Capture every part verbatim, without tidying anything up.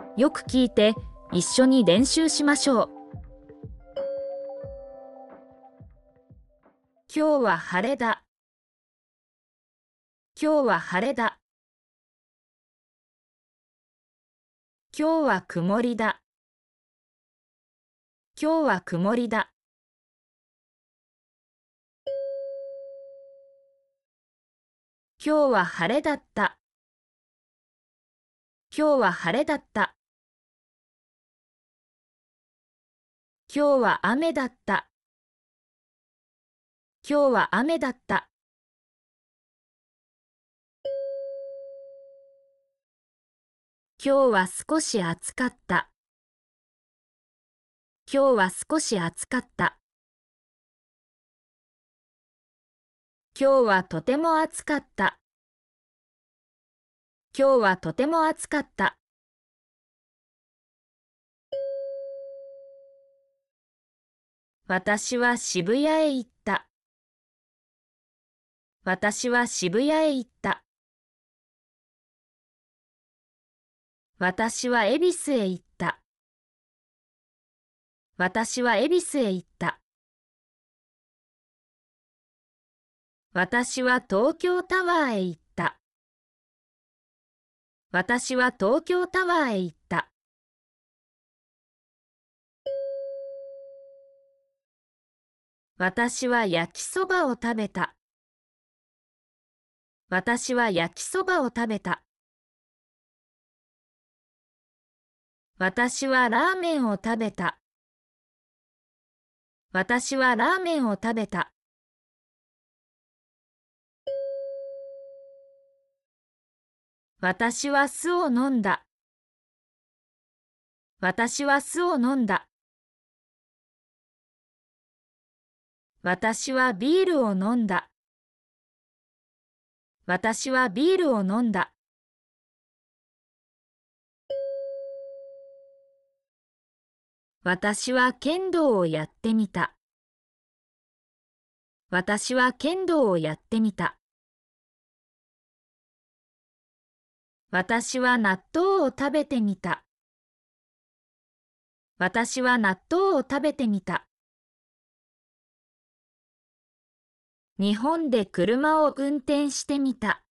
よく聞いて一緒に練習しましょう。今日は晴れだ。今日は晴れだ。今日は曇りだ。今日は曇りだ。今日は晴れだった。今日は晴れだった。今日は雨だった。今日は雨だった。今日は少し暑かった。今日は少し暑かった。今日はとても暑かった。今日はとても暑かった。私は渋谷へ行った。私は渋谷へ行った。私は恵比寿へ行った。私は恵比寿へ行った。私は東京タワーへ行った。私は東京タワーへ行った。私は焼きそばを食べた。私は焼きそばを食べた。私はラーメンを食べた。私はラーメンを食べた。私は酢を飲んだ。私は酢を飲んだ。私はビールを飲んだ。私はビールを飲んだ。私は剣道をやってみた。私は剣道をやってみた。私は納豆を食べてみた。私は納豆を食べてみた。日本で車を運転してみた。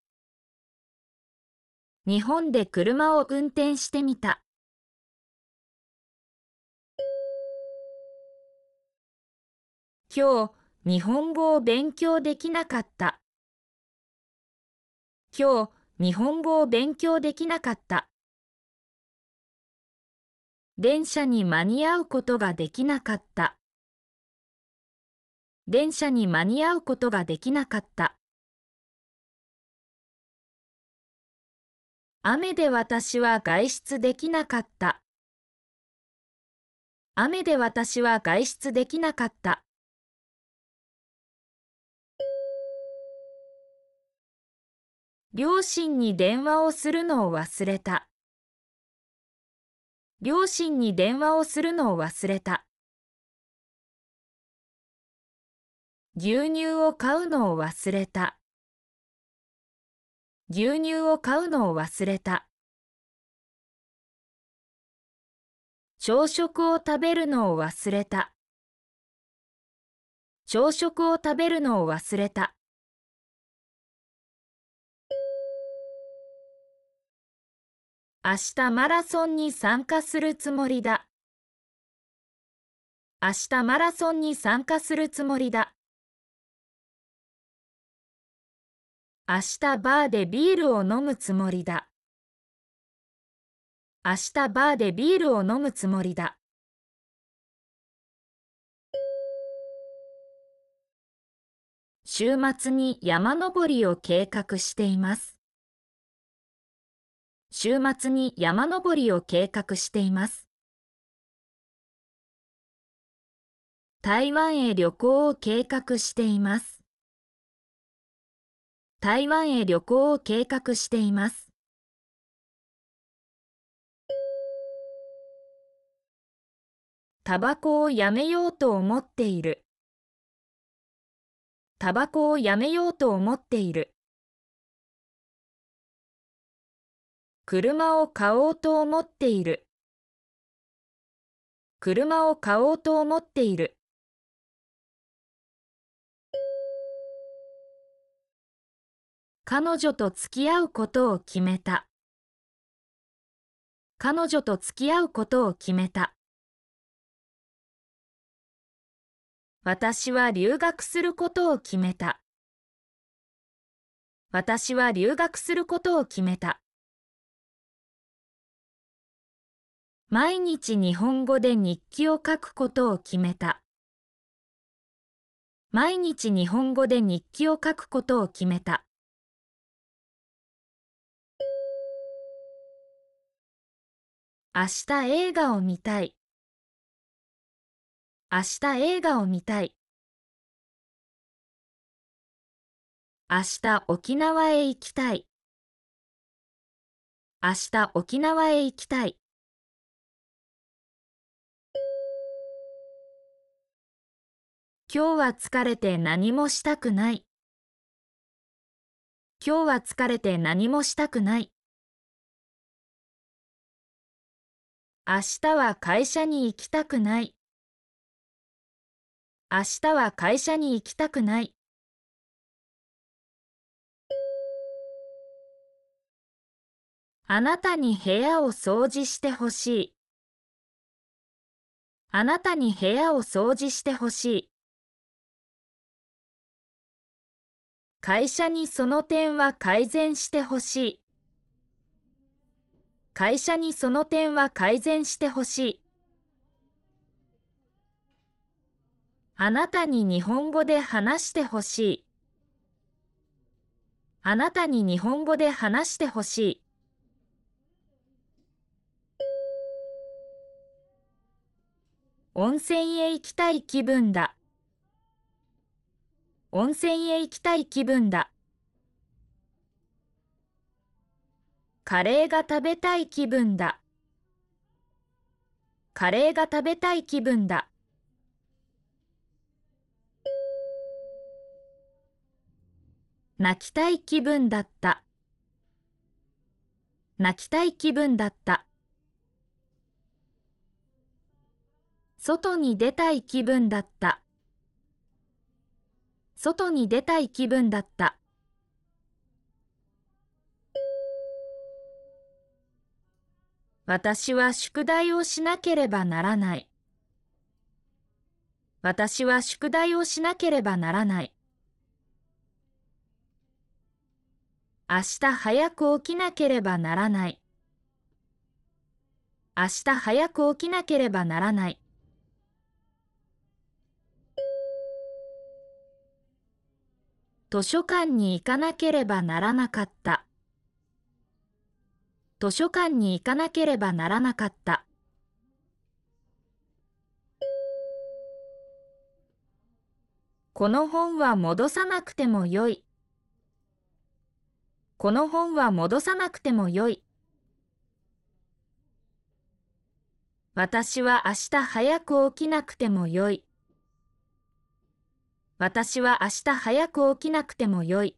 日本で車を運転してみた。今日、日本語を勉強できなかった。今日、日本語を勉強できなかった。電車に間に合うことができなかった。電車に間に合うことができなかった。雨で私は外出できなかった。雨で私は外出できなかった。両親に電話をするのを忘れた。両親に電話をするのを忘れた。牛乳を買うのを忘れた。牛乳を買うのを忘れた。朝食を食べるのを忘れた。朝食を食べるのを忘れた。明日マラソンに参加するつもりだ。明日マラソンに参加するつもりだ。明日バーでビールを飲むつもりだ。明日バーでビールを飲むつもりだ。週末に山登りを計画しています。週末に山登りを計画しています。台湾へ旅行を計画しています。台湾へ旅行を計画しています。タバコをやめようと思っている。タバコをやめようと思っている。車を買おうと思っている。 車を買おうと思っている。彼女と付き合うことを決めた。彼女と付き合うことを決めた。私は留学することを決めた。私は留学することを決めた。毎日日本語で日記を書くことを決めた。毎日日本語で日記を書くことを決めた。明日映画を見たい。明日映画を見たい。明日沖縄へ行きたい。明日沖縄へ行きたい。今日は疲れて何もしたくない。今日は疲れて何もしたくない。明日は会社に行きたくない。明日は会社に行きたくない。あなたに部屋を掃除してほしい。あなたに部屋を掃除してほしい。会社にその点は改善してほしい。会社にその点は改善してほしい。あなたに日本語で話してほしい。あなたに日本語で話してほしい。温泉へ行きたい気分だ。温泉へ行きたい気分だ。カレーが食べたい気分だ。カレーが食べたい気分だ。泣きたい気分だった。泣きたい気分だった。外に出たい気分だった。外に出たい気分だった。私は宿題をしなければならない。私は宿題をしなければならない。明日早く起きなければならない。明日早く起きなければならない。図書館に行かなければならなかった。図書館に行かなければならなかった。この本は戻さなくてもよい。この本は戻さなくてもよい。私は明日早く起きなくてもよい。私は明日早く起きなくてもよい。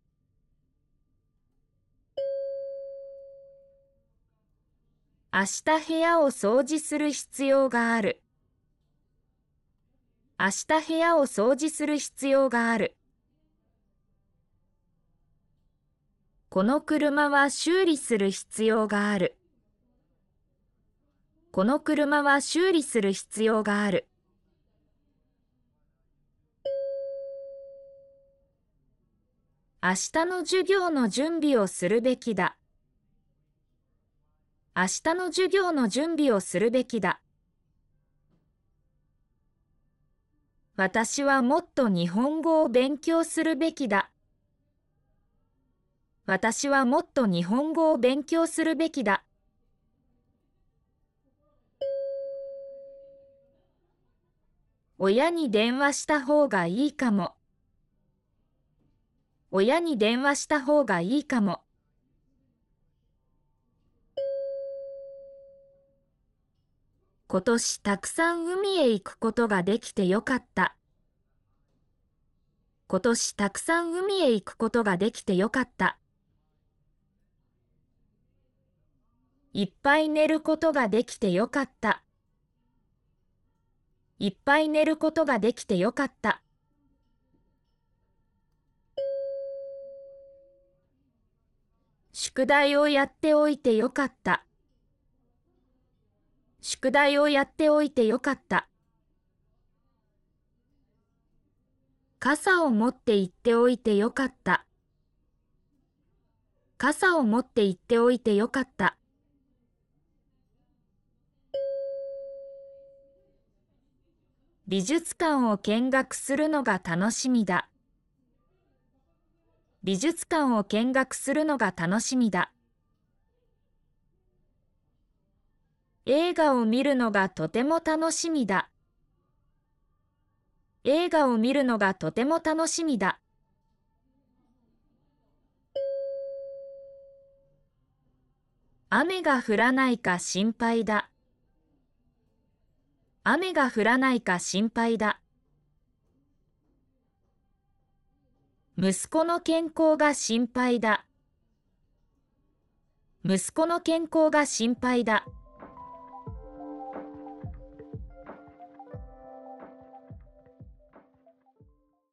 明日部屋を掃除する必要がある。明日部屋を掃除する必要がある。この車は修理する必要がある。この車は修理する必要がある。明日の授業の準備をするべきだ。明日の授業の準備をするべきだ。私はもっと日本語を勉強するべきだ。私はもっと日本語を勉強するべきだ。親に電話した方がいいかも。親に電話した方がいいかも。今年たくさん海へ行くことができてよかった。今年たくさん海へ行くことができてよかった。いっぱい寝ることができてよかった。 いっぱい寝ることができてよかった。宿題をやっておいてよかった。宿題をやっておいてよかった。傘を持って行っておいてよかった。傘を持って行っておいてよかった。美術館を見学するのが楽しみだ。美術館を見学するのが楽しみだ。映画を見るのがとても楽しみだ。映画を見るのがとても楽しみだ。雨が降らないか心配だ。雨が降らないか心配だ。息子の健康が心配だ。息子の健康が心配だ。